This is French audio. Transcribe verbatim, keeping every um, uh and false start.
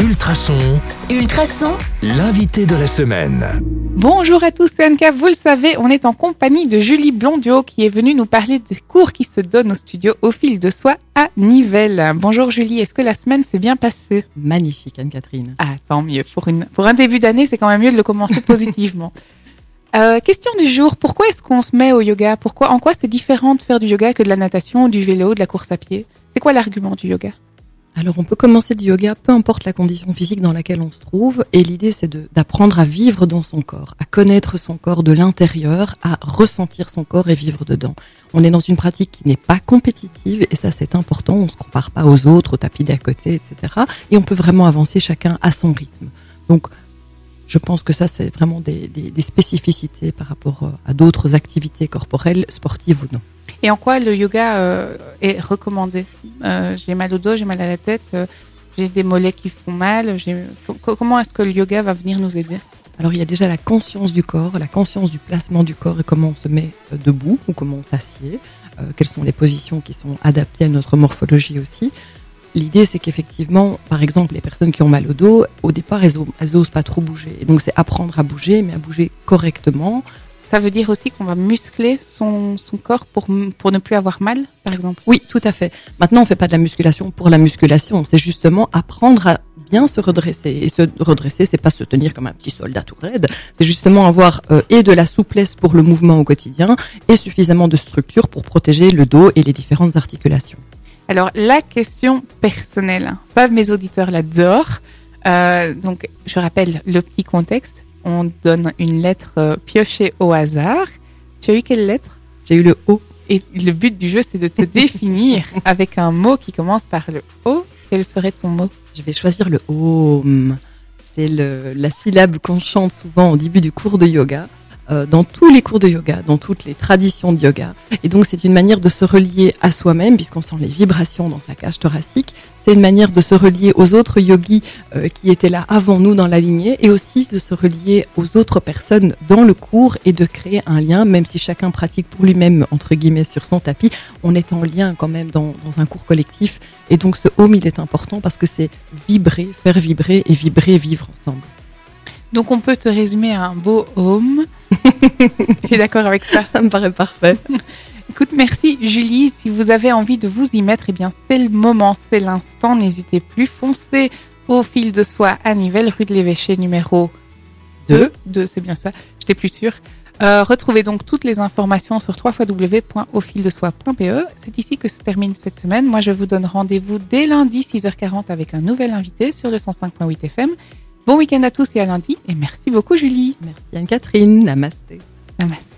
Ultrason, Ultrason, l'invité de la semaine. Bonjour à tous, c'est Anka. Vous le savez, on est en compagnie de Julie Blondiot qui est venue nous parler des cours qui se donnent au studio Au Fil de Soi à Nivelles. Bonjour Julie, est-ce que la semaine s'est bien passée? Magnifique Anne-Catherine. Ah, tant mieux. Pour, une, pour un début d'année, c'est quand même mieux de le commencer positivement. Euh, question du jour, pourquoi est-ce qu'on se met au yoga? Pourquoi, en quoi c'est différent de faire du yoga que de la natation, du vélo, de la course à pied? C'est quoi l'argument du yoga? Alors on peut commencer du yoga, peu importe la condition physique dans laquelle on se trouve, et l'idée c'est de, d'apprendre à vivre dans son corps, à connaître son corps de l'intérieur, à ressentir son corps et vivre dedans. On est dans une pratique qui n'est pas compétitive, et ça c'est important, on se compare pas aux autres, au tapis d'à côté, et cetera. Et on peut vraiment avancer chacun à son rythme. Donc je pense que ça c'est vraiment des, des, des spécificités par rapport à d'autres activités corporelles, sportives ou non. Et en quoi le yoga euh, est recommandé? euh, J'ai mal au dos, j'ai mal à la tête, euh, j'ai des mollets qui font mal. J'ai... Comment est-ce que le yoga va venir nous aider? Alors il y a déjà la conscience du corps, la conscience du placement du corps et comment on se met debout ou comment on s'assied, euh, quelles sont les positions qui sont adaptées à notre morphologie aussi. L'idée c'est qu'effectivement, par exemple, les personnes qui ont mal au dos, au départ elles, elles osent pas trop bouger. Et donc c'est apprendre à bouger, mais à bouger correctement. Ça veut dire aussi qu'on va muscler son, son corps pour, pour ne plus avoir mal, par exemple? Oui, tout à fait. Maintenant, on fait pas de la musculation pour la musculation. C'est justement apprendre à bien se redresser. Et se redresser, c'est pas se tenir comme un petit soldat tout raide. C'est justement avoir euh, et de la souplesse pour le mouvement au quotidien et suffisamment de structure pour protéger le dos et les différentes articulations. Alors, la question personnelle, ça, mes auditeurs l'adorent. Euh, donc, je rappelle le petit contexte. On donne une lettre euh, piochée au hasard. Tu as eu quelle lettre? J'ai eu le O. Et le but du jeu, c'est de te définir avec un mot qui commence par le O. Quel serait ton mot? Je vais choisir le Om. C'est le, la syllabe qu'on chante souvent au début du cours de yoga, euh, dans tous les cours de yoga, dans toutes les traditions de yoga. Et donc, c'est une manière de se relier à soi-même, puisqu'on sent les vibrations dans sa cage thoracique. C'est une manière de se relier aux autres yogis euh, qui étaient là avant nous dans la lignée et aussi de se relier aux autres personnes dans le cours et de créer un lien, même si chacun pratique pour lui-même, entre guillemets, sur son tapis, on est en lien quand même dans, dans un cours collectif. Et donc ce home, il est important parce que c'est vibrer, faire vibrer et vibrer, vivre ensemble. Donc on peut te résumer à un beau home. Tu es d'accord avec ça? Ça me paraît parfait. Écoute, merci Julie. Si vous avez envie de vous y mettre, eh bien c'est le moment, c'est l'instant. N'hésitez plus, foncez au Fil de Soi à Nivelles, rue de l'Évêché numéro deux. deux, c'est bien ça, j'étais plus sûre. Euh, retrouvez donc toutes les informations sur w w w point au fil de soi point p e. C'est ici que se termine cette semaine. Moi, je vous donne rendez-vous dès lundi six heures quarante avec un nouvel invité sur le cent cinq point huit F M. Bon week-end à tous et à lundi. Et merci beaucoup Julie. Merci Anne-Catherine. Namasté. Namasté.